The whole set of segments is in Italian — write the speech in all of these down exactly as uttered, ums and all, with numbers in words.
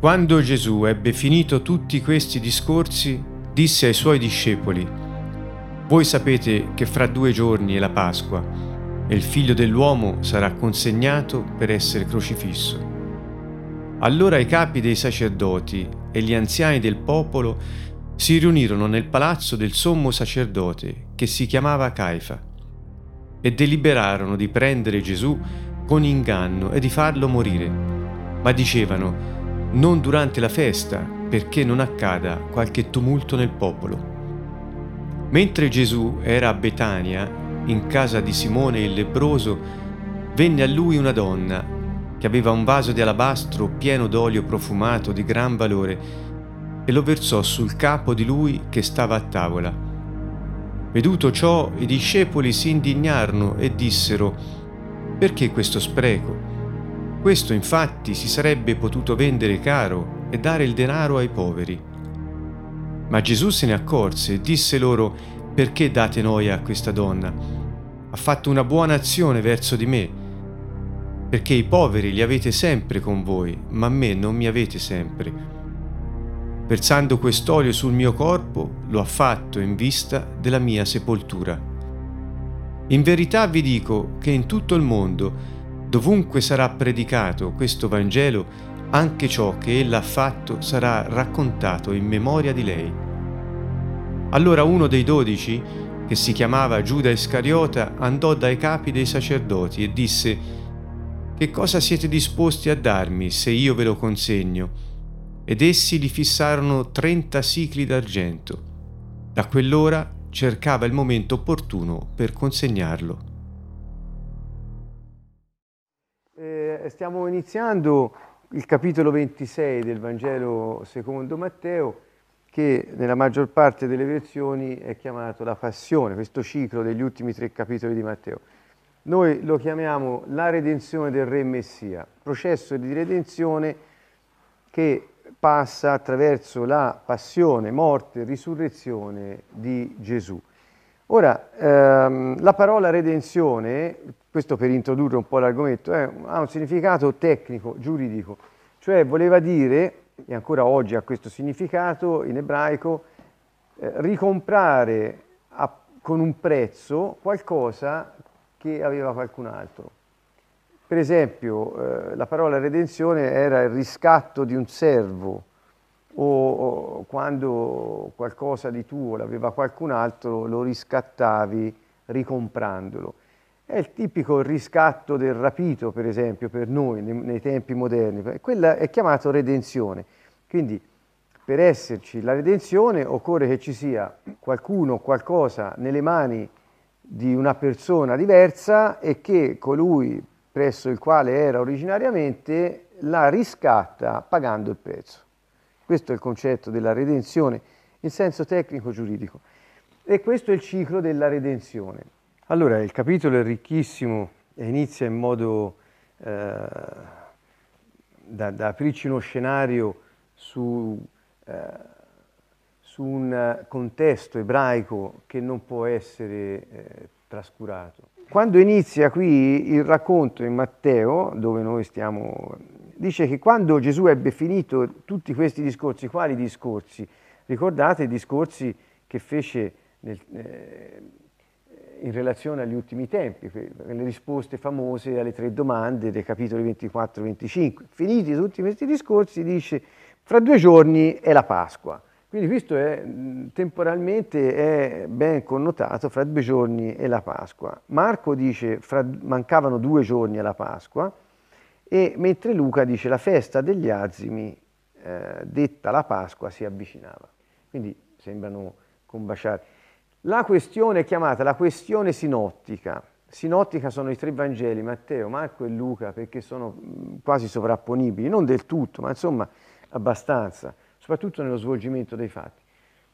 Quando Gesù ebbe finito tutti questi discorsi, disse ai suoi discepoli: «Voi sapete che fra due giorni è la Pasqua e il Figlio dell'uomo sarà consegnato per essere crocifisso». Allora i capi dei sacerdoti e gli anziani del popolo si riunirono nel palazzo del sommo sacerdote, che si chiamava Caifa, e deliberarono di prendere Gesù con inganno e di farlo morire. Ma dicevano: «Non durante la festa, perché non accada qualche tumulto nel popolo». Mentre Gesù era a Betania, in casa di Simone il lebbroso, venne a lui una donna che aveva un vaso di alabastro pieno d'olio profumato di gran valore e lo versò sul capo di lui che stava a tavola. Veduto ciò, i discepoli si indignarono e dissero: «Perché questo spreco? Questo infatti si sarebbe potuto vendere caro e dare il denaro ai poveri». Ma Gesù se ne accorse e disse loro: «Perché date noia a questa donna? Ha fatto una buona azione verso di me, perché i poveri li avete sempre con voi, ma me non mi avete sempre. Versando quest'olio sul mio corpo, lo ha fatto in vista della mia sepoltura. In verità vi dico che in tutto il mondo, dovunque sarà predicato questo Vangelo, anche ciò che ella ha fatto sarà raccontato in memoria di lei». Allora uno dei dodici, che si chiamava Giuda Iscariota, andò dai capi dei sacerdoti e disse: «Che cosa siete disposti a darmi se io ve lo consegno?» Ed essi gli fissarono trenta sicli d'argento. Da quell'ora cercava il momento opportuno per consegnarlo. Eh, stiamo iniziando il capitolo ventisei del Vangelo secondo Matteo, che nella maggior parte delle versioni è chiamato la Passione, questo ciclo degli ultimi tre capitoli di Matteo. Noi lo chiamiamo la redenzione del Re Messia, processo di redenzione che passa attraverso la passione, morte e risurrezione di Gesù. Ora, ehm, la parola redenzione, questo per introdurre un po' l'argomento, eh, ha un significato tecnico, giuridico, cioè voleva dire, e ancora oggi ha questo significato in ebraico, eh, ricomprare a, con un prezzo qualcosa che aveva qualcun altro. Per esempio, eh, la parola redenzione era il riscatto di un servo, o, o quando qualcosa di tuo l'aveva qualcun altro, lo riscattavi ricomprandolo. È il tipico riscatto del rapito, per esempio, per noi nei, nei tempi moderni. Quella è chiamato redenzione. Quindi, per esserci la redenzione, occorre che ci sia qualcuno o qualcosa nelle mani di una persona diversa e che colui presso il quale era originariamente la riscatta pagando il prezzo. Questo è il concetto della redenzione in senso tecnico-giuridico. E questo è il ciclo della redenzione. Allora, il capitolo è ricchissimo e inizia in modo eh, da, da aprirci uno scenario su, eh, su un contesto ebraico che non può essere eh, trascurato. Quando inizia qui il racconto in Matteo, dove noi stiamo, dice che quando Gesù ebbe finito tutti questi discorsi, quali discorsi? Ricordate i discorsi che fece nel, eh, in relazione agli ultimi tempi, le risposte famose alle tre domande dei capitoli ventiquattro venticinque. Finiti tutti questi discorsi, dice: fra due giorni è la Pasqua. Quindi questo è, temporalmente è ben connotato, fra due giorni è la Pasqua. Marco dice fra, mancavano due giorni alla Pasqua, e mentre Luca dice la festa degli azimi, eh, detta la Pasqua, si avvicinava. Quindi sembrano combaciare. La questione è chiamata la questione sinottica. Sinottica sono i tre Vangeli, Matteo, Marco e Luca, perché sono quasi sovrapponibili, non del tutto, ma insomma abbastanza, soprattutto nello svolgimento dei fatti.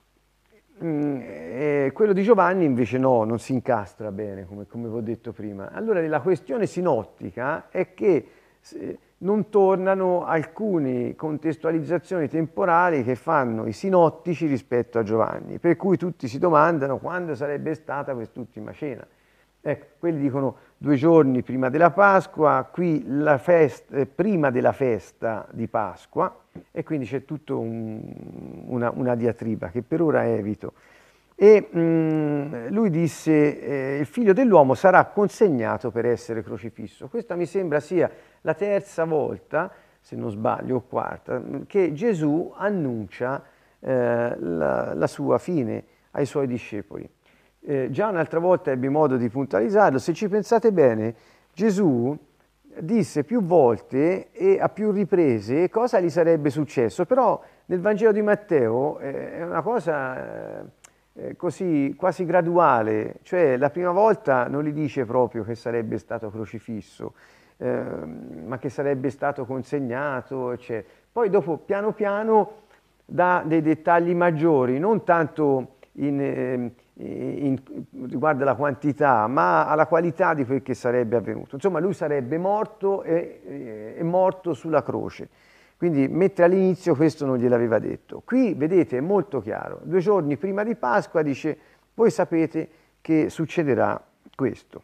Mm, eh, quello di Giovanni invece no, non si incastra bene, come, come vi ho detto prima. Allora la questione sinottica è che eh, non tornano alcune contestualizzazioni temporali che fanno i sinottici rispetto a Giovanni, per cui tutti si domandano quando sarebbe stata quest'ultima cena. Ecco, quelli dicono due giorni prima della Pasqua, qui la festa, eh, prima della festa di Pasqua, e quindi c'è tutta un, una, una diatriba che per ora evito. E mh, lui disse, eh, il figlio dell'uomo sarà consegnato per essere crocifisso. Questa mi sembra sia la terza volta, se non sbaglio, o quarta, che Gesù annuncia eh, la, la sua fine ai suoi discepoli. Eh, già un'altra volta ebbi modo di puntualizzarlo, se ci pensate bene, Gesù disse più volte e a più riprese cosa gli sarebbe successo, però nel Vangelo di Matteo eh, è una cosa eh, così quasi graduale, cioè la prima volta non gli dice proprio che sarebbe stato crocifisso, eh, ma che sarebbe stato consegnato, eccetera. Poi dopo piano piano dà dei dettagli maggiori, non tanto in... Eh, In, riguardo alla quantità, ma alla qualità di quel che sarebbe avvenuto. Insomma, lui sarebbe morto e, e morto sulla croce. Quindi, mentre all'inizio questo non gliel'aveva detto. Qui, vedete, è molto chiaro. Due giorni prima di Pasqua dice, voi sapete che succederà questo.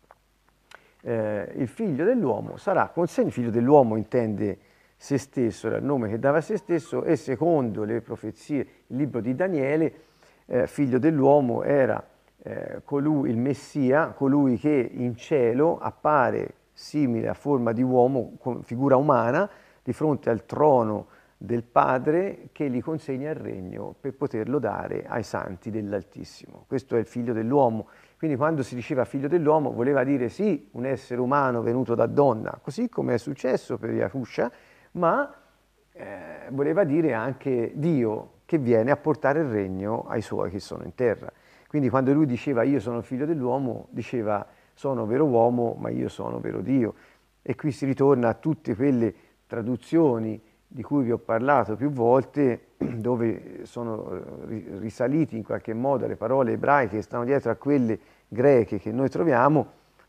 Eh, il figlio dell'uomo sarà consegnato, il figlio dell'uomo intende se stesso, era il nome che dava a se stesso, e secondo le profezie, il libro di Daniele, Eh, figlio dell'uomo era eh, colui, il Messia, colui che in cielo appare simile a forma di uomo, con figura umana, di fronte al trono del Padre che gli consegna il regno per poterlo dare ai santi dell'Altissimo. Questo è il figlio dell'uomo. Quindi quando si diceva figlio dell'uomo voleva dire sì, un essere umano venuto da donna, così come è successo per Yahusha, ma eh, voleva dire anche Dio, che viene a portare il regno ai suoi che sono in terra. Quindi quando lui diceva io sono il figlio dell'uomo, diceva sono vero uomo, ma io sono vero Dio. E qui si ritorna a tutte quelle traduzioni di cui vi ho parlato più volte, dove sono risaliti in qualche modo alle parole ebraiche che stanno dietro a quelle greche che noi troviamo,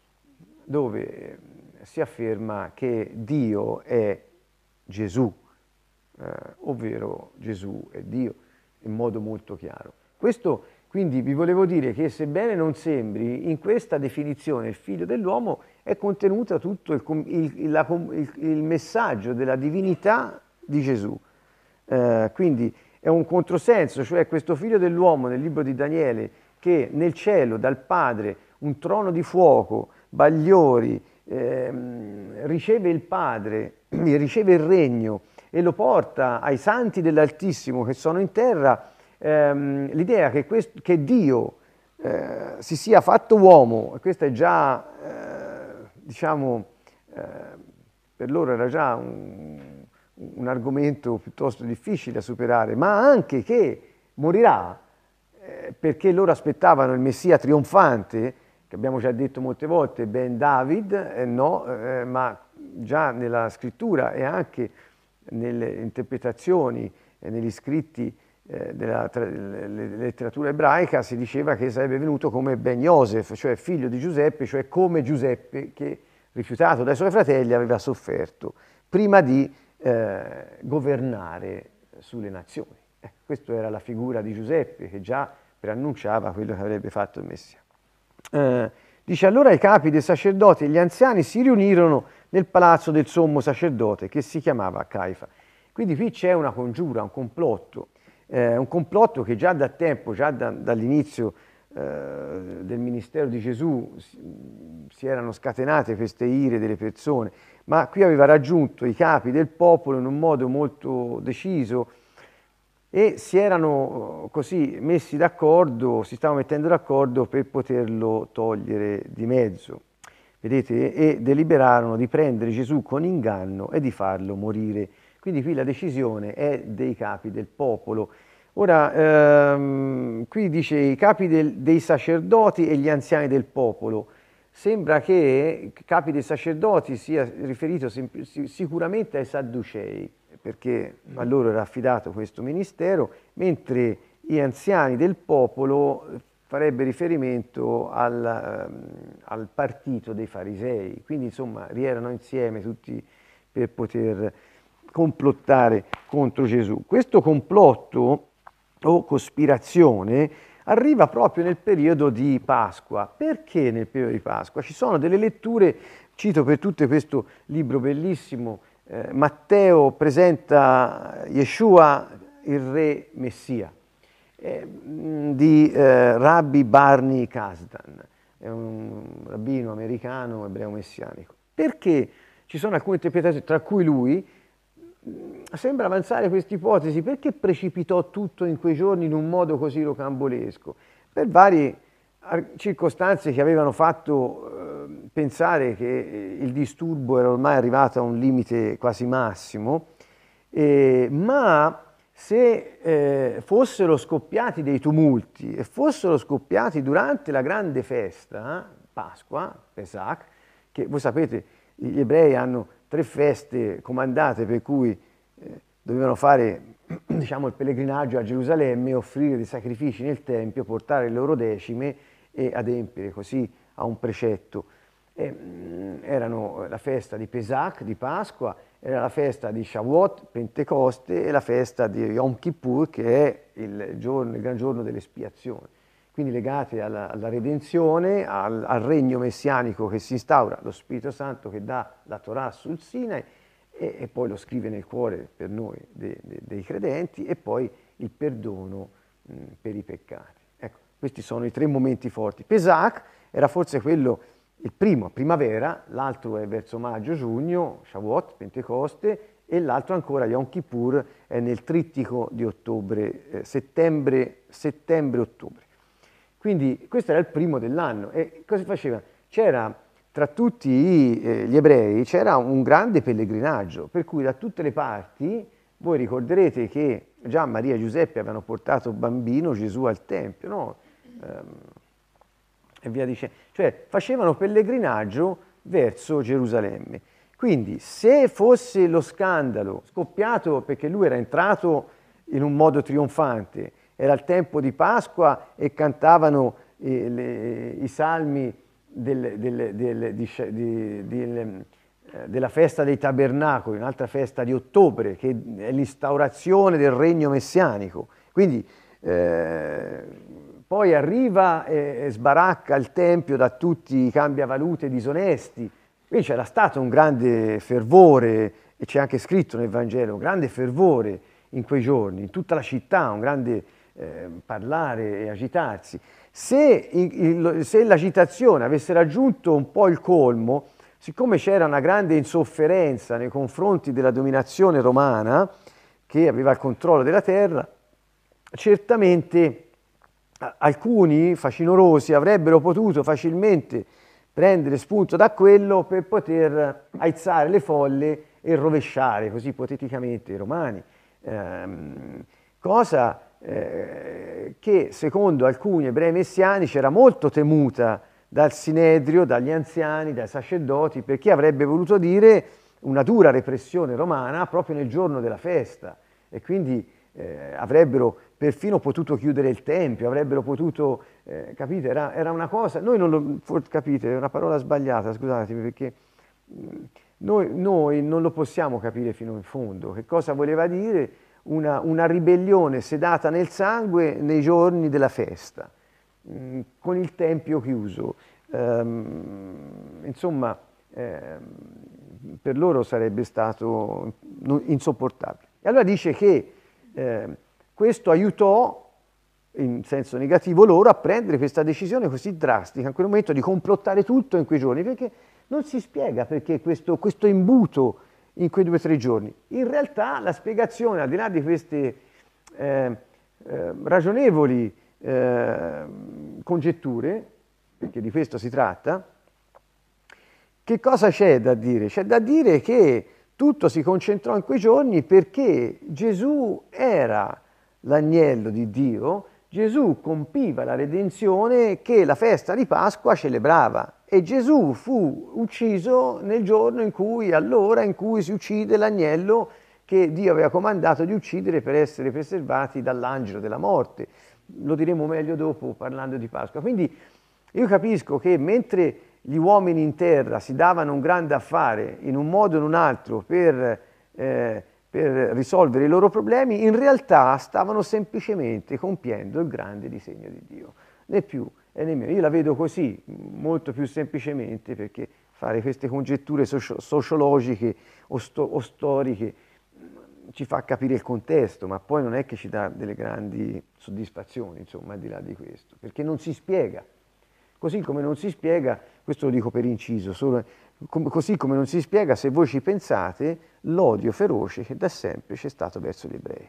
dove si afferma che Dio è Gesù. Eh, ovvero Gesù è Dio, in modo molto chiaro. Questo quindi vi volevo dire che sebbene non sembri, in questa definizione il figlio dell'uomo è contenuto tutto il, il, la, il, il messaggio della divinità di Gesù. Eh, quindi è un controsenso, cioè questo figlio dell'uomo nel libro di Daniele che nel cielo dal Padre un trono di fuoco, bagliori, eh, riceve il Padre, riceve il regno e lo porta ai santi dell'Altissimo che sono in terra, ehm, l'idea che, questo, che Dio eh, si sia fatto uomo, e questo è già, eh, diciamo, eh, per loro era già un, un argomento piuttosto difficile da superare, ma anche che morirà, eh, perché loro aspettavano il Messia trionfante, che abbiamo già detto molte volte, Ben David, eh, no, eh, ma già nella scrittura e anche nelle interpretazioni e negli scritti eh, della letteratura ebraica si diceva che sarebbe venuto come Ben Yosef, cioè figlio di Giuseppe, cioè come Giuseppe che, rifiutato dai suoi fratelli, aveva sofferto prima di eh, governare sulle nazioni. Eh, questa era la figura di Giuseppe che già preannunciava quello che avrebbe fatto il Messia. Eh, dice allora i capi dei sacerdoti e gli anziani si riunirono nel palazzo del sommo sacerdote che si chiamava Caifa. Quindi qui c'è una congiura, un complotto, eh, un complotto che già da tempo, già da, dall'inizio eh, del ministero di Gesù si, si erano scatenate queste ire delle persone, ma qui aveva raggiunto i capi del popolo in un modo molto deciso e si erano così messi d'accordo, si stavano mettendo d'accordo per poterlo togliere di mezzo. Vedete? E deliberarono di prendere Gesù con inganno e di farlo morire. Quindi qui la decisione è dei capi del popolo. Ora, ehm, qui dice i capi del, dei sacerdoti e gli anziani del popolo. Sembra che i capi dei sacerdoti sia riferito sicuramente ai Sadducei, perché a loro era affidato questo ministero, mentre gli anziani del popolo farebbe riferimento al, um, al partito dei farisei, quindi insomma rierano insieme tutti per poter complottare contro Gesù. Questo complotto o cospirazione arriva proprio nel periodo di Pasqua. Perché nel periodo di Pasqua? Ci sono delle letture, cito per tutte questo libro bellissimo, eh, Matteo presenta Yeshua, il re Messia, eh, di eh, Rabbi Barney Kasdan, è un rabbino americano ebreo messianico. Perché ci sono alcune interpretazioni, tra cui lui sembra avanzare questa ipotesi: perché precipitò tutto in quei giorni in un modo così rocambolesco? Per varie circostanze che avevano fatto eh, pensare che il disturbo era ormai arrivato a un limite quasi massimo, eh, ma se eh, fossero scoppiati dei tumulti e fossero scoppiati durante la grande festa, eh, Pasqua, Pesach, che voi sapete gli ebrei hanno tre feste comandate per cui eh, dovevano fare diciamo, il pellegrinaggio a Gerusalemme, offrire dei sacrifici nel Tempio, portare le loro decime e adempiere così a un precetto. E, mh, erano la festa di Pesach, di Pasqua, era la festa di Shavuot, Pentecoste, e la festa di Yom Kippur, che è il, giorno, il gran giorno dell'espiazione. Quindi legate alla, alla redenzione, al, al regno messianico che si instaura, lo Spirito Santo che dà la Torah sul Sinai e, e poi lo scrive nel cuore per noi de, de, dei credenti, e poi il perdono mh, per i peccati. Ecco, questi sono i tre momenti forti. Pesach era forse quello, il primo, primavera, l'altro è verso maggio-giugno, Shavuot, Pentecoste, e l'altro ancora, Yom Kippur, è nel trittico di ottobre, eh, settembre, settembre-ottobre. Quindi questo era il primo dell'anno. E cosa faceva? C'era tra tutti i, eh, gli ebrei c'era un grande pellegrinaggio, per cui da tutte le parti, voi ricorderete che già Maria e Giuseppe avevano portato bambino Gesù al Tempio, no? Ehm, e via dicendo. Cioè facevano pellegrinaggio verso Gerusalemme. Quindi se fosse lo scandalo scoppiato perché lui era entrato in un modo trionfante, era il tempo di Pasqua e cantavano eh, le, i salmi del, del, del, di, di, di, eh, della festa dei tabernacoli, un'altra festa di ottobre, che è l'instaurazione del regno messianico. Quindi eh, poi arriva e sbaracca il Tempio da tutti i cambiavalute disonesti. Quindi c'era stato un grande fervore, e c'è anche scritto nel Vangelo, un grande fervore in quei giorni, in tutta la città, un grande Eh, parlare e agitarsi. Se, il, se l'agitazione avesse raggiunto un po' il colmo, siccome c'era una grande insofferenza nei confronti della dominazione romana che aveva il controllo della terra, certamente alcuni facinorosi avrebbero potuto facilmente prendere spunto da quello per poter aizzare le folle e rovesciare così ipoteticamente i romani. Eh, cosa Eh, che secondo alcuni ebrei messianici era molto temuta dal Sinedrio, dagli anziani, dai sacerdoti, perché avrebbe voluto dire una dura repressione romana proprio nel giorno della festa, e quindi eh, avrebbero perfino potuto chiudere il Tempio, avrebbero potuto, eh, capite, era, era una cosa, noi non lo, capite, è una parola sbagliata, scusatemi, perché noi, noi non lo possiamo capire fino in fondo, che cosa voleva dire Una, una ribellione sedata nel sangue nei giorni della festa, mh, con il Tempio chiuso. Ehm, insomma, ehm, per loro sarebbe stato insopportabile. E allora dice che eh, questo aiutò, in senso negativo, loro a prendere questa decisione così drastica, in quel momento, di complottare tutto in quei giorni, perché non si spiega perché questo, questo imbuto in quei due o tre giorni. In realtà la spiegazione, al di là di queste eh, eh, ragionevoli eh, congetture, perché di questo si tratta, che cosa c'è da dire? C'è da dire che tutto si concentrò in quei giorni perché Gesù era l'agnello di Dio, Gesù compiva la redenzione che la festa di Pasqua celebrava. E Gesù fu ucciso nel giorno in cui, all'ora in cui si uccide l'agnello che Dio aveva comandato di uccidere per essere preservati dall'angelo della morte. Lo diremo meglio dopo parlando di Pasqua. Quindi io capisco che mentre gli uomini in terra si davano un grande affare in un modo o in un altro per eh, per risolvere i loro problemi, in realtà stavano semplicemente compiendo il grande disegno di Dio, né più e né meno. Io la vedo così, molto più semplicemente, perché fare queste congetture socio- sociologiche o, sto- o storiche ci fa capire il contesto, ma poi non è che ci dà delle grandi soddisfazioni, insomma, al di là di questo, perché non si spiega. Così come non si spiega, questo lo dico per inciso, solo, com- così come non si spiega, se voi ci pensate, l'odio feroce che da sempre c'è stato verso gli ebrei.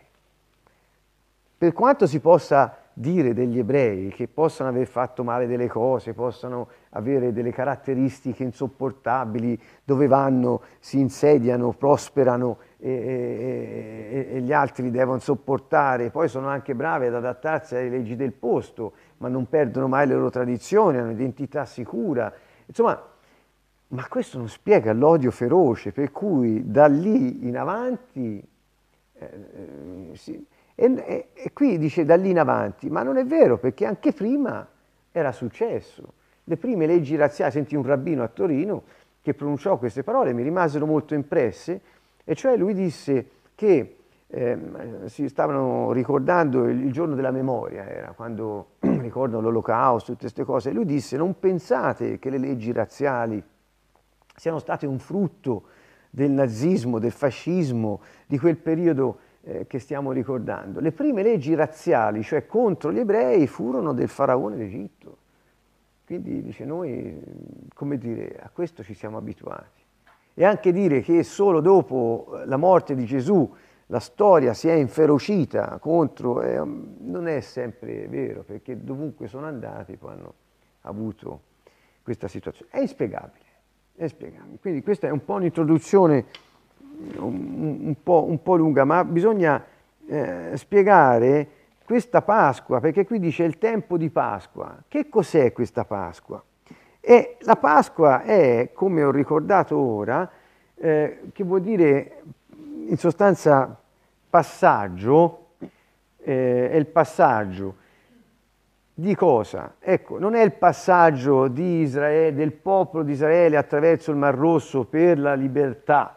Per quanto si possa dire degli ebrei che possano aver fatto male delle cose, possano avere delle caratteristiche insopportabili, dove vanno, si insediano, prosperano e, e, e gli altri li devono sopportare, poi sono anche bravi ad adattarsi alle leggi del posto, ma non perdono mai le loro tradizioni, hanno un'identità sicura. Insomma, ma questo non spiega l'odio feroce, per cui da lì in avanti eh, eh, si, E, e, e qui dice da lì in avanti, ma non è vero, perché anche prima era successo. Le prime leggi razziali, sentì un rabbino a Torino che pronunciò queste parole, mi rimasero molto impresse, e cioè lui disse che eh, si stavano ricordando il, il giorno della memoria, era quando ricordano l'Olocausto, tutte queste cose, e lui disse: non pensate che le leggi razziali siano state un frutto del nazismo, del fascismo, di quel periodo Eh, che stiamo ricordando. Le prime leggi razziali, cioè contro gli ebrei, furono del faraone d'Egitto. Quindi dice, noi, come dire, a questo ci siamo abituati. E anche dire che solo dopo la morte di Gesù la storia si è inferocita contro, eh, non è sempre vero, perché dovunque sono andati poi hanno avuto questa situazione. È inspiegabile, è inspiegabile. Quindi questa è un po' un'introduzione Un, un, po', un po' lunga, ma bisogna eh, spiegare questa Pasqua, perché qui dice il tempo di Pasqua. Che cos'è questa Pasqua? E la Pasqua è, come ho ricordato ora, eh, che vuol dire in sostanza passaggio, eh, è il passaggio di cosa? Ecco, non è il passaggio di Israele, del popolo di Israele attraverso il Mar Rosso per la libertà,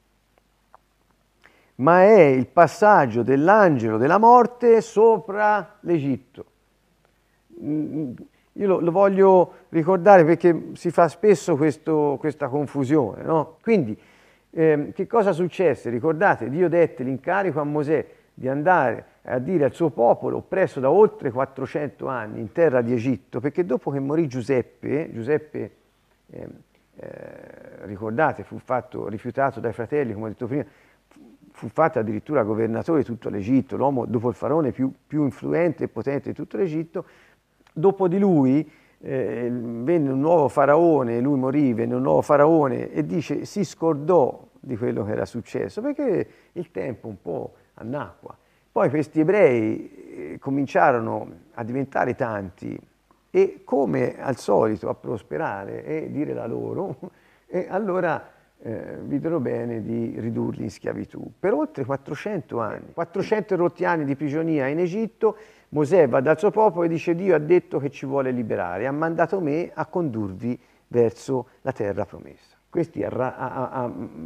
ma è il passaggio dell'angelo della morte sopra l'Egitto. Io lo, lo voglio ricordare perché si fa spesso questo, questa confusione, no? Quindi, eh, che cosa successe? Ricordate, Dio dette l'incarico a Mosè di andare a dire al suo popolo, oppresso da oltre quattrocento anni in terra di Egitto, perché dopo che morì Giuseppe, Giuseppe, eh, eh, ricordate, fu fatto, rifiutato dai fratelli, come ho detto prima, fu fatto addirittura governatore di tutto l'Egitto, l'uomo dopo il faraone più, più influente e potente di tutto l'Egitto. Dopo di lui eh, venne un nuovo faraone, lui morì, venne un nuovo faraone e dice si scordò di quello che era successo perché il tempo un po' annacqua. Poi questi ebrei eh, cominciarono a diventare tanti e come al solito a prosperare e dire la loro e allora Eh, videro bene di ridurli in schiavitù per oltre quattrocento anni, quattrocento rotti anni di prigionia in Egitto. Mosè va dal suo popolo e dice: Dio ha detto che ci vuole liberare, ha mandato me a condurvi verso la terra promessa. Questi a, a, a,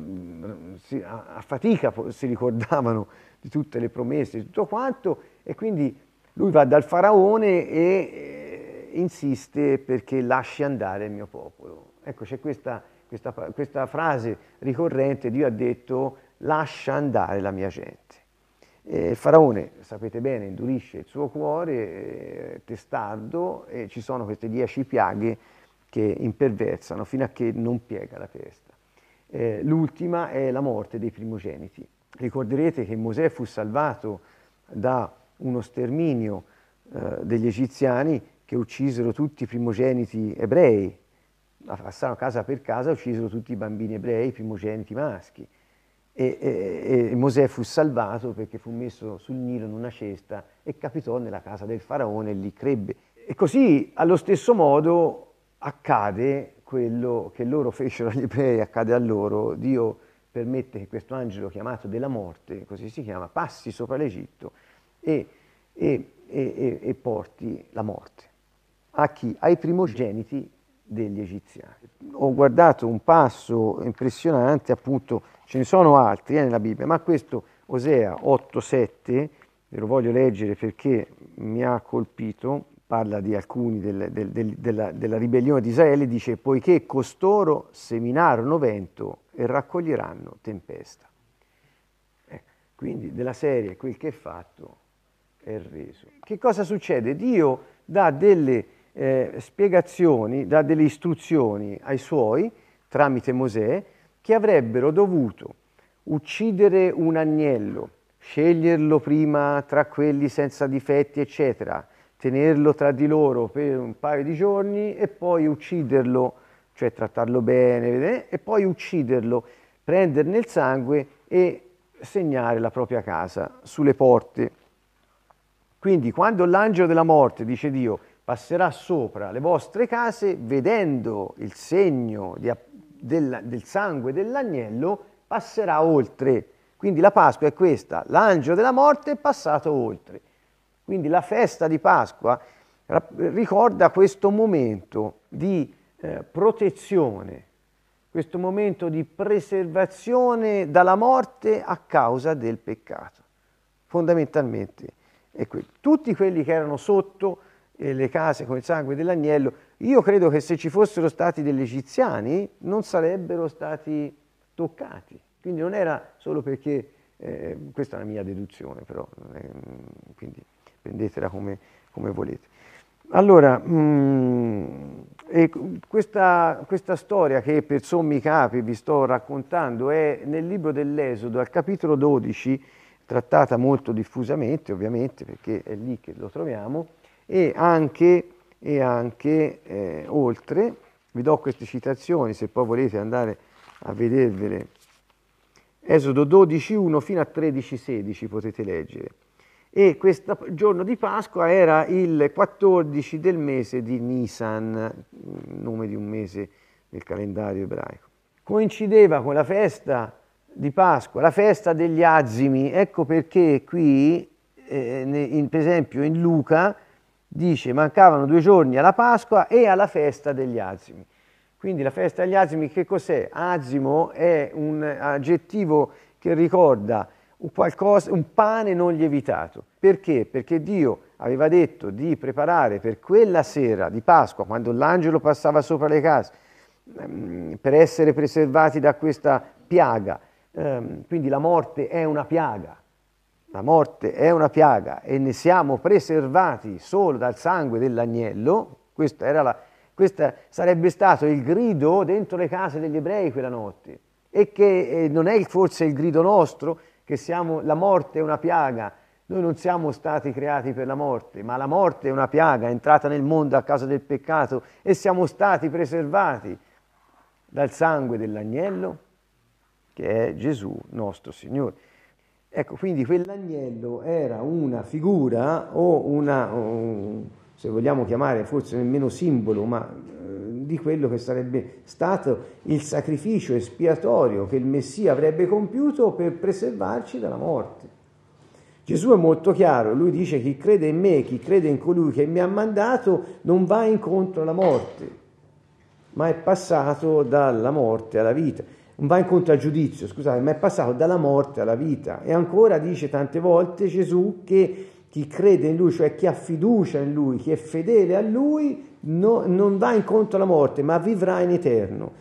a, a fatica si ricordavano di tutte le promesse, di tutto quanto, e quindi lui va dal faraone e eh, insiste perché lasci andare il mio popolo. Ecco, c'è questa Questa, questa frase ricorrente: Dio ha detto lascia andare la mia gente. E il faraone, sapete bene, indurisce il suo cuore, eh, testardo, e ci sono queste dieci piaghe che imperversano fino a che non piega la testa. Eh, l'ultima è la morte dei primogeniti. Ricorderete che Mosè fu salvato da uno sterminio eh, degli egiziani che uccisero tutti i primogeniti ebrei. Passarono casa per casa, uccisero tutti i bambini ebrei, i primogeniti maschi. E, e, e Mosè fu salvato perché fu messo sul Nilo in una cesta e capitò nella casa del faraone e lì crebbe. E così, allo stesso modo, accade quello che loro fecero agli ebrei, accade a loro. Dio permette che questo angelo chiamato della morte, così si chiama, passi sopra l'Egitto e, e, e, e porti la morte. A chi? Ai primogeniti degli egiziani. Ho guardato un passo impressionante, appunto, ce ne sono altri eh, nella Bibbia, ma questo Osea otto sette, ve lo voglio leggere perché mi ha colpito, parla di alcuni del, del, del, della, della ribellione di Israele, dice: poiché costoro seminarono vento e raccoglieranno tempesta. Eh, quindi della serie quel che è fatto è reso. Che cosa succede? Dio dà delle eh, spiegazioni, dà delle istruzioni ai suoi tramite Mosè, che avrebbero dovuto uccidere un agnello, sceglierlo prima tra quelli senza difetti, eccetera, tenerlo tra di loro per un paio di giorni e poi ucciderlo, cioè trattarlo bene, e poi ucciderlo, prenderne il sangue e segnare la propria casa sulle porte. Quindi quando l'angelo della morte, dice Dio, passerà sopra le vostre case, vedendo il segno di, del, del sangue dell'agnello, passerà oltre. Quindi la Pasqua è questa, l'angelo della morte è passato oltre. Quindi la festa di Pasqua ricorda questo momento di eh, protezione, questo momento di preservazione dalla morte a causa del peccato. Fondamentalmente è quello. Tutti quelli che erano sotto eh, le case con il sangue dell'agnello, io credo che se ci fossero stati degli egiziani non sarebbero stati toccati. Quindi non era solo perché, eh, questa è una mia deduzione però, eh, quindi prendetela come, come volete. Allora, mh, e questa, questa storia che per sommi capi vi sto raccontando è nel libro dell'Esodo, al capitolo dodici, trattata molto diffusamente ovviamente perché è lì che lo troviamo, e anche, e anche eh, oltre, vi do queste citazioni se poi volete andare a vedervele. Esodo dodici uno fino a tredici sedici potete leggere. E questo giorno di Pasqua era il quattordici del mese di Nisan, nome di un mese del calendario ebraico. Coincideva con la festa di Pasqua, la festa degli azimi. Ecco perché qui, eh, in, per esempio in Luca, dice mancavano due giorni alla Pasqua e alla festa degli azimi. Quindi la festa degli azimi che cos'è? Azimo è un aggettivo che ricorda un, qualcosa, un pane non lievitato. Perché? Perché Dio aveva detto di preparare per quella sera di Pasqua, quando l'angelo passava sopra le case, per essere preservati da questa piaga. Quindi la morte è una piaga, la morte è una piaga e ne siamo preservati solo dal sangue dell'agnello. Questa era la, questo sarebbe stato il grido dentro le case degli ebrei quella notte, e che eh, non è forse il grido nostro, che siamo, la morte è una piaga. Noi non siamo stati creati per la morte, ma la morte è una piaga, è entrata nel mondo a causa del peccato e siamo stati preservati dal sangue dell'agnello, che è Gesù nostro Signore. Ecco, quindi quell'agnello era una figura o una, o, se vogliamo chiamare forse nemmeno simbolo, ma eh, di quello che sarebbe stato il sacrificio espiatorio che il Messia avrebbe compiuto per preservarci dalla morte. Gesù è molto chiaro, lui dice: chi crede in me, chi crede in colui che mi ha mandato non va incontro alla morte, ma è passato dalla morte alla vita. Non va incontro al giudizio, scusate, ma è passato dalla morte alla vita. E ancora dice tante volte Gesù che chi crede in lui, cioè chi ha fiducia in lui, chi è fedele a lui, no, non va incontro alla morte, ma vivrà in eterno.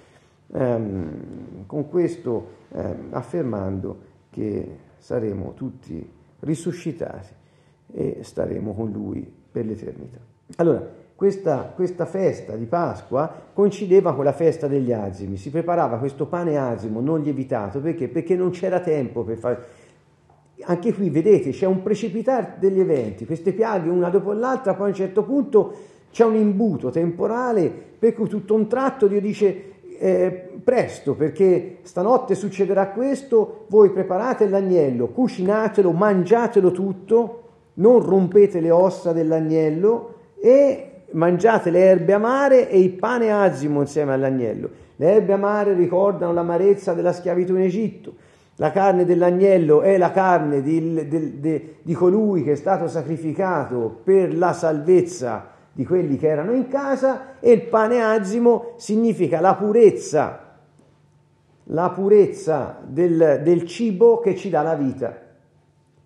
Ehm, con questo ehm, affermando che saremo tutti risuscitati e staremo con lui per l'eternità. Allora, questa, questa festa di Pasqua coincideva con la festa degli azimi. Si preparava questo pane azimo non lievitato perché? Perché non c'era tempo per fare. Anche qui vedete c'è un precipitare degli eventi, queste piaghe una dopo l'altra, poi a un certo punto c'è un imbuto temporale per cui tutto un tratto Dio dice eh, presto, perché stanotte succederà questo, voi preparate l'agnello, cucinatelo, mangiatelo tutto, non rompete le ossa dell'agnello e mangiate le erbe amare e il pane azimo insieme all'agnello. Le erbe amare ricordano l'amarezza della schiavitù in Egitto. La carne dell'agnello è la carne di, di, di, di colui che è stato sacrificato per la salvezza di quelli che erano in casa, e il pane azimo significa la purezza, la purezza del, del cibo che ci dà la vita.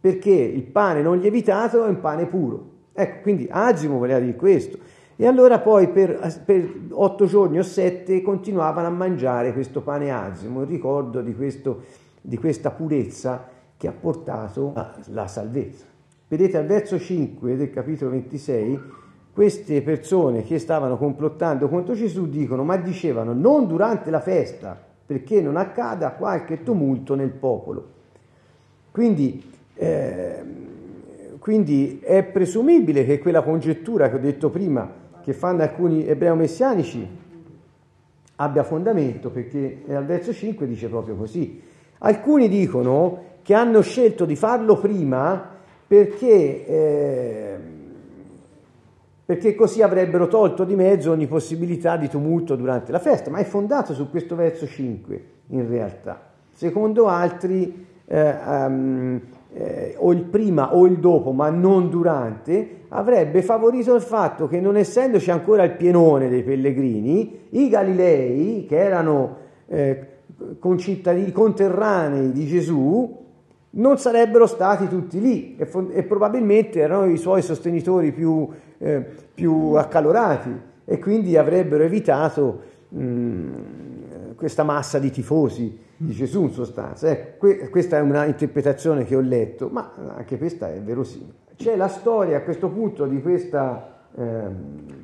perché il pane non lievitato è un pane puro. Ecco, quindi azimo voleva dire questo. E allora poi per, per otto giorni o sette continuavano a mangiare questo pane azimo, in ricordo di, questo, di questa purezza che ha portato la, la salvezza. Vedete al verso cinque del capitolo ventisei, queste persone che stavano complottando contro Gesù dicono, ma dicevano, non durante la festa, perché non accada qualche tumulto nel popolo. Quindi, eh, quindi è presumibile che quella congettura che ho detto prima, che fanno alcuni ebreo-messianici, abbia fondamento, perché al verso cinque dice proprio così. Alcuni dicono che hanno scelto di farlo prima perché, eh, perché così avrebbero tolto di mezzo ogni possibilità di tumulto durante la festa, ma è fondato su questo verso cinque in realtà. Secondo altri eh, um, eh, o il prima o il dopo, ma non durante, avrebbe favorito il fatto che, non essendoci ancora il pienone dei pellegrini, i Galilei, che erano eh, concittadini, conterranei di Gesù, non sarebbero stati tutti lì e, e probabilmente erano i suoi sostenitori più, eh, più accalorati, e quindi avrebbero evitato mh, questa massa di tifosi di Gesù in sostanza. Ecco, que- questa è una interpretazione che ho letto, ma anche questa è verosimile. C'è la storia a questo punto di questa, ehm,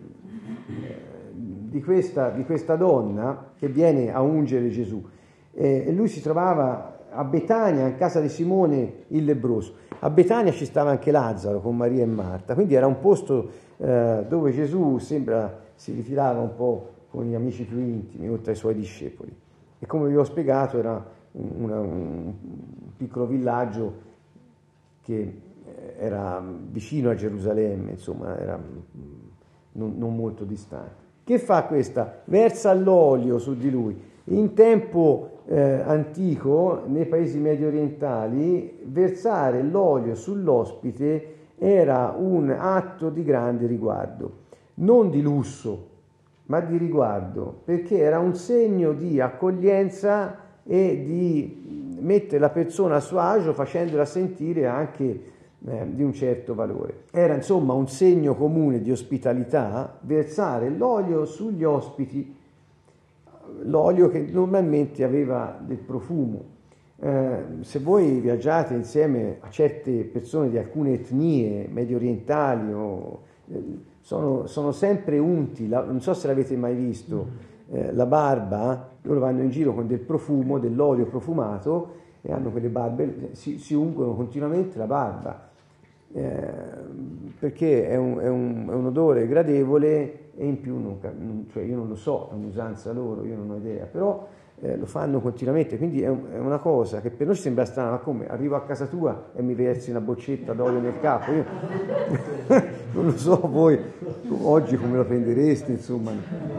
di questa, di questa donna che viene a ungere Gesù, e, e lui si trovava a Betania, in casa di Simone il lebbroso. A Betania ci stava anche Lazzaro con Maria e Marta, quindi era un posto eh, dove Gesù sembra si ritirava un po' con gli amici più intimi, oltre ai suoi discepoli. E come vi ho spiegato era una, un piccolo villaggio che era vicino a Gerusalemme, insomma, era non, non molto distante. Che fa questa? Versa l'olio su di lui. In tempo eh, antico, nei paesi medio orientali, versare l'olio sull'ospite era un atto di grande riguardo, non di lusso, ma di riguardo, perché era un segno di accoglienza e di mettere la persona a suo agio, facendola sentire anche eh, di un certo valore. Era insomma un segno comune di ospitalità versare l'olio sugli ospiti, l'olio che normalmente aveva del profumo. Eh, se voi viaggiate insieme a certe persone di alcune etnie medio orientali o, eh, sono, sono sempre unti, la, non so se l'avete mai visto, eh, la barba, loro vanno in giro con del profumo, dell'olio profumato e hanno quelle barbe, si, si ungono continuamente la barba, eh, perché è un, è, un, è un odore gradevole e in più, non, cioè io non lo so, è un'usanza loro, io non ho idea, però eh, lo fanno continuamente, quindi è, un, è una cosa che per noi sembra strana, ma come, arrivo a casa tua e mi versi una boccetta d'olio nel capo? Io non lo so voi oggi come lo prendereste, insomma.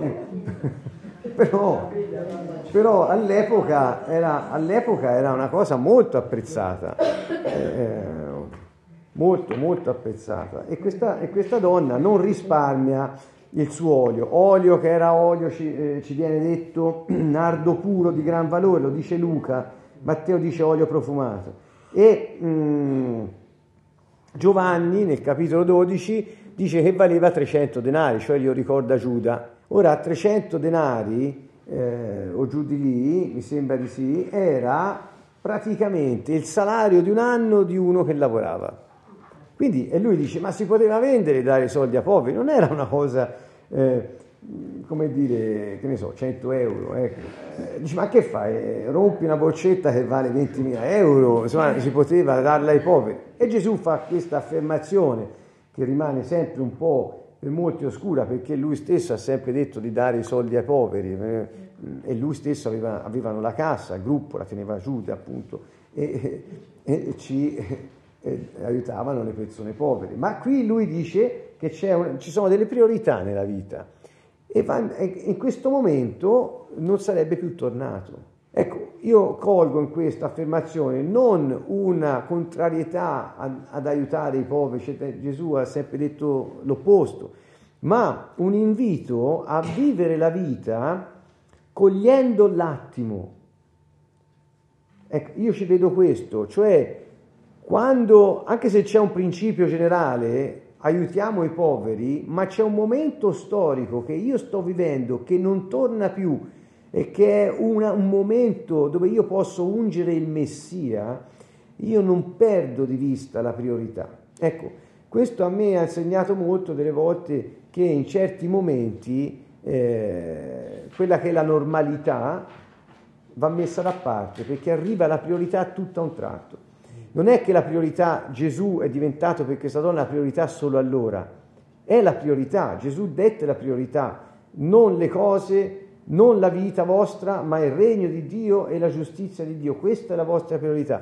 però, però all'epoca, era, all'epoca era una cosa molto apprezzata, eh, molto molto apprezzata, e questa, e questa donna non risparmia il suo olio, olio che era olio, ci, eh, ci viene detto, nardo puro di gran valore, lo dice Luca, Matteo dice olio profumato, e mh, Giovanni nel capitolo dodici dice che valeva trecento denari, cioè glielo ricorda Giuda. Ora trecento denari, eh, o giù di lì, mi sembra di sì, era praticamente il salario di un anno di uno che lavorava. Quindi, e lui dice, ma si poteva vendere e dare soldi ai poveri, non era una cosa, eh, come dire, che ne so, cento euro, ecco. Eh, dice, ma che fai? Rompi una boccetta che vale ventimila euro, insomma, si poteva darla ai poveri. E Gesù fa questa affermazione che rimane sempre un po' per molti oscura, perché lui stesso ha sempre detto di dare i soldi ai poveri, eh, e lui stesso aveva avevano la cassa, il gruppo la teneva Giuda, appunto, e, e, e ci... E aiutavano le persone povere. Ma qui lui dice che c'è un, ci sono delle priorità nella vita e, va, e in questo momento non sarebbe più tornato. Ecco, io colgo in questa affermazione non una contrarietà ad, ad aiutare i poveri, cioè Gesù ha sempre detto l'opposto, ma un invito a vivere la vita cogliendo l'attimo. Ecco, io ci vedo questo, cioè quando, anche se c'è un principio generale, aiutiamo i poveri, ma c'è un momento storico che io sto vivendo che non torna più e che è una, un momento dove io posso ungere il Messia, io non perdo di vista la priorità. Ecco, questo a me ha insegnato molto delle volte che in certi momenti eh, quella che è la normalità va messa da parte, perché arriva la priorità tutto a un tratto. Non è che la priorità, Gesù è diventato per questa donna la priorità solo allora, è la priorità, Gesù dette la priorità, non le cose, non la vita vostra, ma il regno di Dio e la giustizia di Dio, questa è la vostra priorità.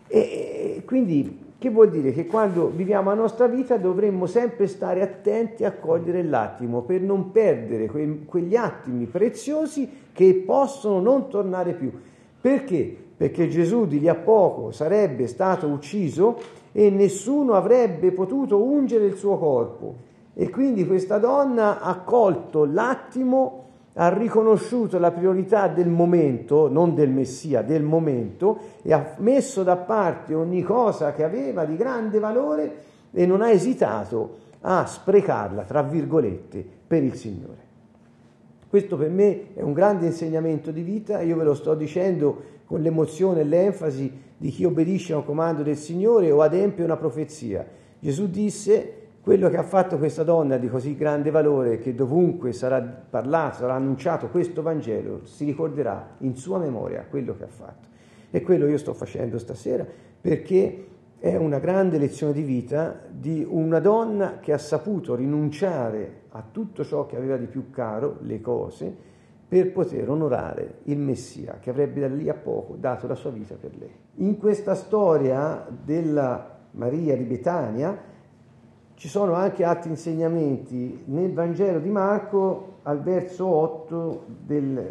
E, e quindi che vuol dire? Che quando viviamo la nostra vita dovremmo sempre stare attenti a cogliere l'attimo per non perdere que- quegli attimi preziosi che possono non tornare più. Perché? Perché Gesù di lì a poco sarebbe stato ucciso e nessuno avrebbe potuto ungere il suo corpo. E quindi questa donna ha colto l'attimo, ha riconosciuto la priorità del momento, non del Messia, del momento, e ha messo da parte ogni cosa che aveva di grande valore e non ha esitato a sprecarla, tra virgolette, per il Signore. Questo per me è un grande insegnamento di vita, io ve lo sto dicendo con l'emozione e l'enfasi di chi obbedisce a un comando del Signore o adempie una profezia. Gesù disse: quello che ha fatto questa donna di così grande valore, che dovunque sarà parlato, sarà annunciato questo Vangelo, si ricorderà in sua memoria quello che ha fatto. E quello io sto facendo stasera, perché è una grande lezione di vita di una donna che ha saputo rinunciare a tutto ciò che aveva di più caro, le cose, per poter onorare il Messia, che avrebbe da lì a poco dato la sua vita per lei. In questa storia della Maria di Betania ci sono anche altri insegnamenti. Nel Vangelo di Marco, al verso otto del,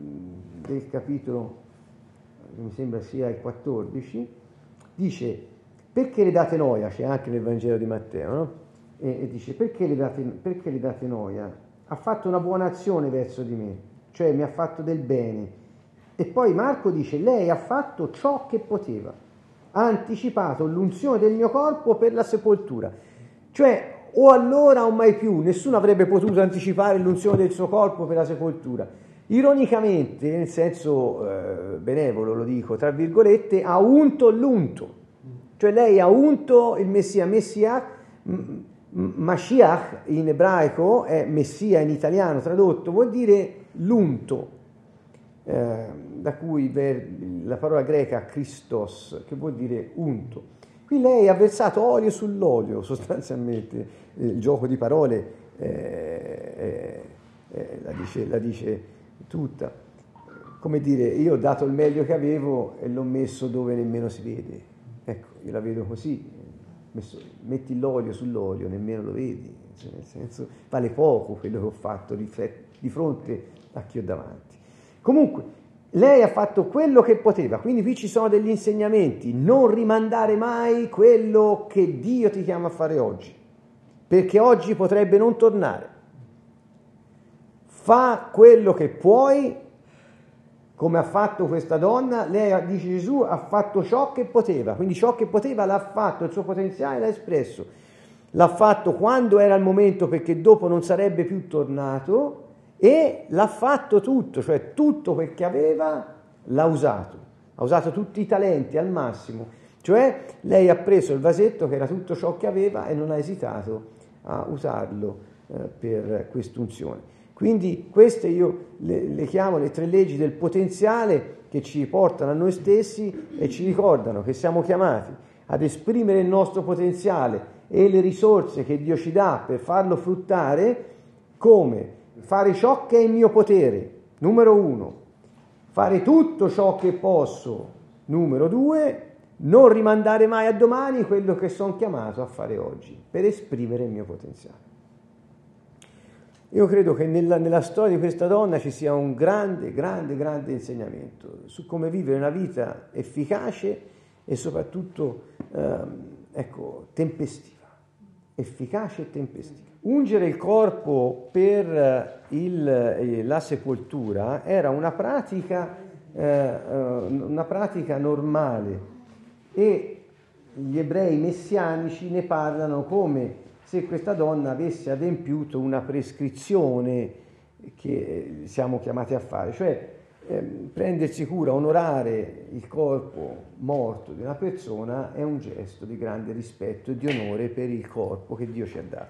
del capitolo, mi sembra sia il quattordici, dice: perché le date noia? C'è anche nel Vangelo di Matteo, no? E, e dice: perché le, date, perché le date noia? Ha fatto una buona azione verso di me, cioè mi ha fatto del bene. E poi Marco dice: lei ha fatto ciò che poteva, ha anticipato l'unzione del mio corpo per la sepoltura. Cioè, o allora o mai più, nessuno avrebbe potuto anticipare l'unzione del suo corpo per la sepoltura. Ironicamente, nel senso eh, benevolo lo dico, tra virgolette, ha unto l'unto. Cioè lei ha unto il Messia. Messia, m- Mashiach in ebraico, è Messia in italiano tradotto, vuol dire l'unto, eh, da cui ver- la parola greca Christos, che vuol dire unto. Qui lei ha versato olio sull'olio, sostanzialmente, il gioco di parole eh, eh, eh, la, dice, la dice tutta. Come dire, io ho dato il meglio che avevo e l'ho messo dove nemmeno si vede. Ecco, io la vedo così, messo, metti l'olio sull'olio, nemmeno lo vedi, nel senso vale poco quello che ho fatto di, di fronte a chi ho davanti. Comunque, lei ha fatto quello che poteva, quindi qui ci sono degli insegnamenti: non rimandare mai quello che Dio ti chiama a fare oggi, perché oggi potrebbe non tornare. Fa quello che puoi, come ha fatto questa donna. Lei, dice Gesù, ha fatto ciò che poteva, quindi ciò che poteva l'ha fatto, il suo potenziale l'ha espresso, l'ha fatto quando era il momento, perché dopo non sarebbe più tornato. E l'ha fatto tutto, cioè tutto quel che aveva l'ha usato, ha usato tutti i talenti al massimo, cioè lei ha preso il vasetto che era tutto ciò che aveva e non ha esitato a usarlo eh, per quest'unzione. Quindi queste io le, le chiamo le tre leggi del potenziale, che ci portano a noi stessi e ci ricordano che siamo chiamati ad esprimere il nostro potenziale e le risorse che Dio ci dà per farlo fruttare. Come? Fare ciò che è in mio potere, numero uno. Fare tutto ciò che posso, numero due. Non rimandare mai a domani quello che sono chiamato a fare oggi, per esprimere il mio potenziale. Io credo che nella, nella storia di questa donna ci sia un grande, grande, grande insegnamento su come vivere una vita efficace e soprattutto, ehm, ecco, tempestiva. Efficace e tempestiva. Ungere il corpo per il, la sepoltura era una pratica, eh, una pratica normale e gli ebrei messianici ne parlano come se questa donna avesse adempiuto una prescrizione che siamo chiamati a fare, cioè eh, prendersi cura, onorare il corpo morto di una persona è un gesto di grande rispetto e di onore per il corpo che Dio ci ha dato.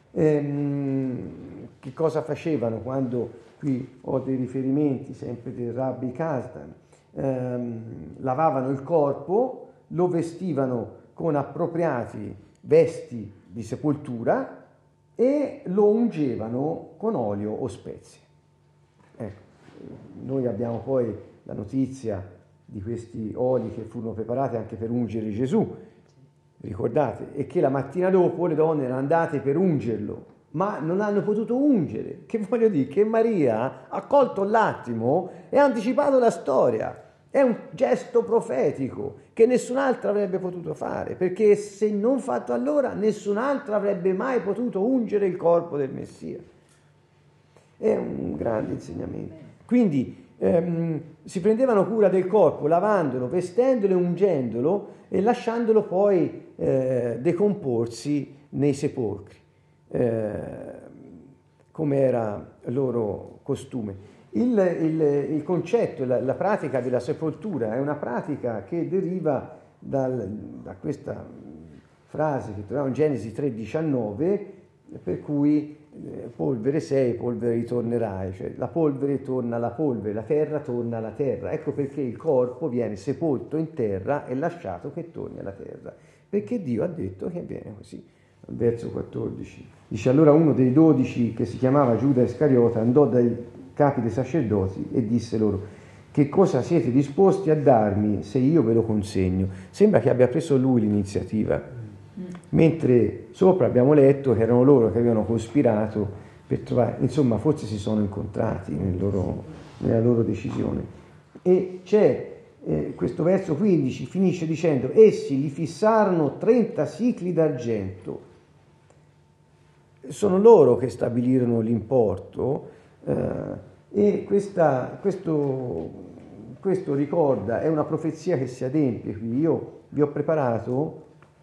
Ehm, che cosa facevano quando, qui ho dei riferimenti sempre del Rabbi Kasdan, ehm, lavavano il corpo, lo vestivano con appropriati vesti di sepoltura e lo ungevano con olio o spezie. Ecco, noi abbiamo poi la notizia di questi oli che furono preparati anche per ungere Gesù, ricordate, e che la mattina dopo le donne erano andate per ungerlo, ma non hanno potuto ungere. Che voglio dire? Che Maria ha colto l'attimo e ha anticipato la storia. È un gesto profetico che nessun'altra avrebbe potuto fare, perché se non fatto allora nessun'altra avrebbe mai potuto ungere il corpo del Messia. È un grande insegnamento. Quindi ehm, si prendevano cura del corpo lavandolo, vestendolo e ungendolo e lasciandolo poi eh, decomporsi nei sepolcri, eh, come era loro costume. Il, il, il concetto, la, la pratica della sepoltura è una pratica che deriva dal, da questa frase che troviamo in Genesi tre diciannove, per cui eh, polvere sei, polvere ritornerai, cioè la polvere torna alla polvere, la terra torna alla terra. Ecco perché il corpo viene sepolto in terra e lasciato che torni alla terra, perché Dio ha detto che avviene così. Al verso quattordici dice: allora uno dei dodici, che si chiamava Giuda Iscariota, andò dai capi dei sacerdoti e disse loro: che cosa siete disposti a darmi se io ve lo consegno? Sembra che abbia preso lui l'iniziativa, mentre sopra abbiamo letto che erano loro che avevano cospirato per trovare, insomma forse si sono incontrati nel loro, nella loro decisione. E c'è eh, questo verso quindici, finisce dicendo: essi gli fissarono trenta sicli d'argento. Sono loro che stabilirono l'importo. Eh, e questa, questo, questo ricorda, è una profezia che si adempie qui. Io vi ho preparato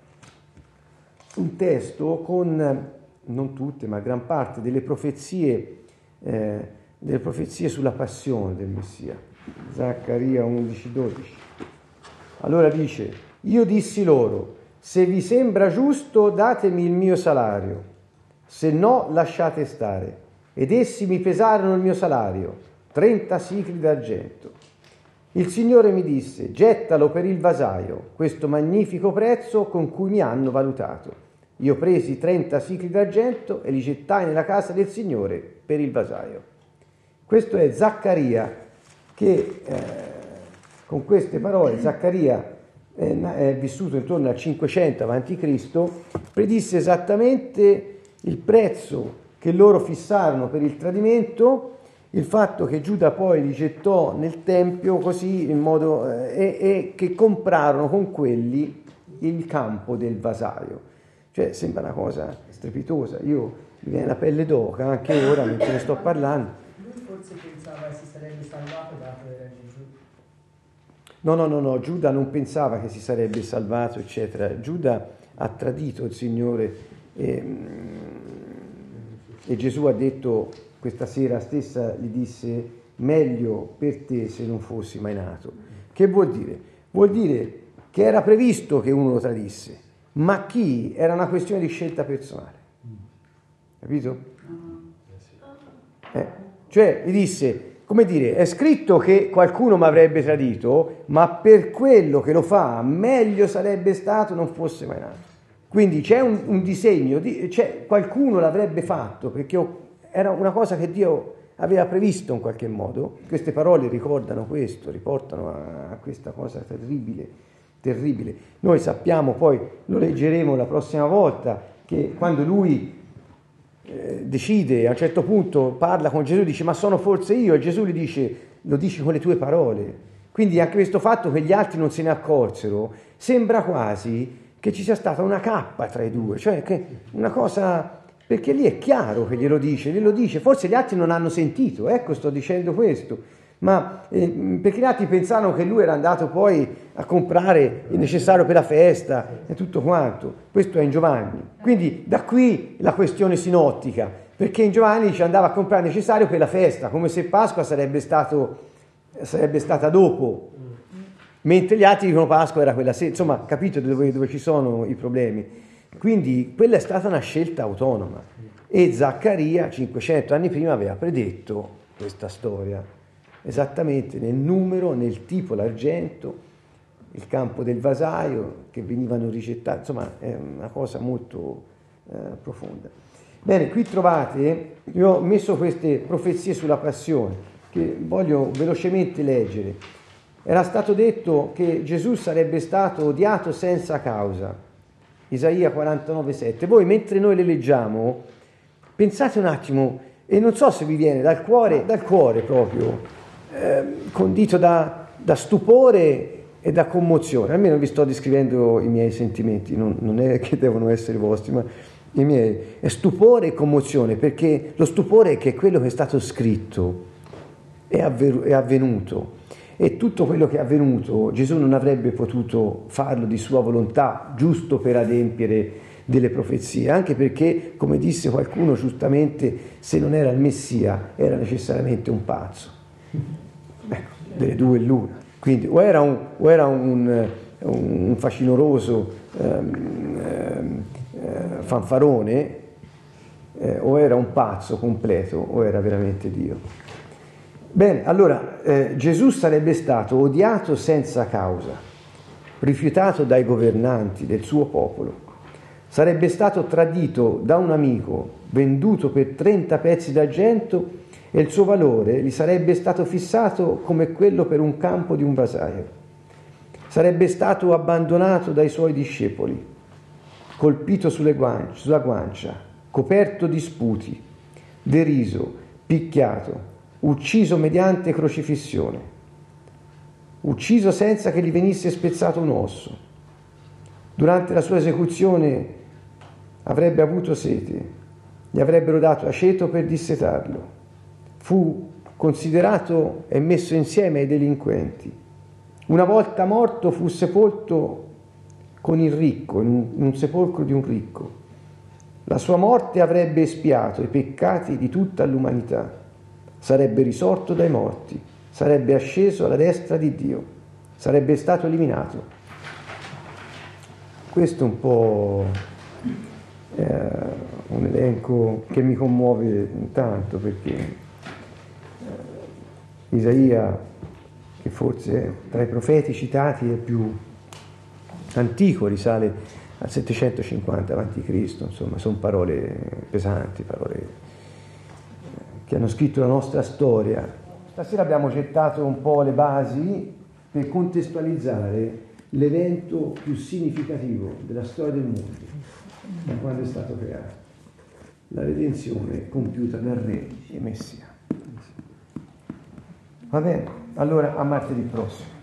un testo con, non tutte, ma gran parte delle profezie, eh, delle profezie sulla passione del Messia. Zaccaria undici dodici. Allora dice: io dissi loro, se vi sembra giusto datemi il mio salario, se no lasciate stare. Ed essi mi pesarono il mio salario, trenta sicli d'argento. Il Signore mi disse: gettalo per il vasaio, questo magnifico prezzo con cui mi hanno valutato. Io presi trenta sicli d'argento e li gettai nella casa del Signore per il vasaio. Questo è Zaccaria, che eh, con queste parole, Zaccaria è, è vissuto intorno al cinquecento avanti Cristo, predisse esattamente il prezzo che loro fissarono per il tradimento, il fatto che Giuda poi li gettò nel tempio così in modo eh, e, e che comprarono con quelli il campo del vasaio. Cioè sembra una cosa strepitosa. Io mi viene la pelle d'oca anche ora mentre ne sto parlando. Lui forse pensava che si sarebbe salvato dato era Gesù. No, no, no, no, Giuda non pensava che si sarebbe salvato, eccetera. Giuda ha tradito il Signore e, e Gesù ha detto questa sera stessa, gli disse: meglio per te se non fossi mai nato. Che vuol dire? Vuol dire che era previsto che uno lo tradisse, ma chi? Era una questione di scelta personale. Capito? Eh, cioè gli disse, come dire, è scritto che qualcuno mi avrebbe tradito, ma per quello che lo fa meglio sarebbe stato non fosse mai nato. Quindi c'è un, un disegno, di, cioè qualcuno l'avrebbe fatto perché era una cosa che Dio aveva previsto in qualche modo. Queste parole ricordano questo, riportano a, a questa cosa terribile, terribile. Noi sappiamo, poi lo leggeremo la prossima volta, che quando lui eh, decide, a un certo punto parla con Gesù, dice: ma sono forse io? E Gesù gli dice: lo dici con le tue parole. Quindi anche questo fatto che gli altri non se ne accorsero sembra quasi che ci sia stata una cappa tra i due, cioè che una cosa, perché lì è chiaro che glielo dice, glielo dice, forse gli altri non hanno sentito, ecco sto dicendo questo, Ma eh, perché gli altri pensavano che lui era andato poi a comprare il necessario per la festa e tutto quanto. Questo è in Giovanni. Quindi da qui la questione sinottica, perché in Giovanni ci andava a comprare il necessario per la festa, come se Pasqua sarebbe, stato, sarebbe stata dopo, mentre gli altri dicono Pasqua era quella sera. Insomma, capite dove, dove ci sono i problemi. Quindi quella è stata una scelta autonoma e Zaccaria cinquecento anni prima aveva predetto questa storia, esattamente nel numero, nel tipo, l'argento, il campo del vasaio che venivano ricettati, insomma è una cosa molto eh, profonda. Bene, qui trovate, io ho messo queste profezie sulla passione che voglio velocemente leggere. Era stato detto che Gesù sarebbe stato odiato senza causa, Isaia quarantanove sette. Voi mentre noi le leggiamo pensate un attimo, e non so se vi viene dal cuore, dal cuore proprio, eh, condito da, da stupore e da commozione. Almeno vi sto descrivendo i miei sentimenti, non, non è che devono essere i vostri, ma i miei. È stupore e commozione, perché lo stupore è che quello che è stato scritto è, avver- è avvenuto. E tutto quello che è avvenuto Gesù non avrebbe potuto farlo di sua volontà, giusto per adempiere delle profezie, anche perché, come disse qualcuno giustamente, se non era il Messia era necessariamente un pazzo. Ecco, delle due l'una. Quindi o era un, o era un, un facinoroso um, um, uh, fanfarone, eh, o era un pazzo completo, o era veramente Dio. Bene, allora eh, Gesù sarebbe stato odiato senza causa, rifiutato dai governanti del suo popolo, sarebbe stato tradito da un amico, venduto per trenta pezzi d'argento e il suo valore gli sarebbe stato fissato come quello per un campo di un vasaio. Sarebbe stato abbandonato dai suoi discepoli, colpito sulle guance, sulla guancia, coperto di sputi, deriso, picchiato, ucciso mediante crocifissione, ucciso senza che gli venisse spezzato un osso. Durante la sua esecuzione avrebbe avuto sete, gli avrebbero dato aceto per dissetarlo. Fu considerato e messo insieme ai delinquenti. Una volta morto fu sepolto con il ricco, in un, in un sepolcro di un ricco. La sua morte avrebbe espiato i peccati di tutta l'umanità. Sarebbe risorto dai morti, sarebbe asceso alla destra di Dio, sarebbe stato eliminato. Questo è un po' eh, un elenco che mi commuove tanto, perché eh, Isaia, che forse è tra i profeti citati è più antico, risale al settecentocinquanta avanti Cristo, insomma sono parole pesanti, parole che hanno scritto la nostra storia. Stasera abbiamo gettato un po' le basi per contestualizzare l'evento più significativo della storia del mondo, da quando è stato creato, la redenzione compiuta dal Re e Messia. Va bene, allora a martedì prossimo.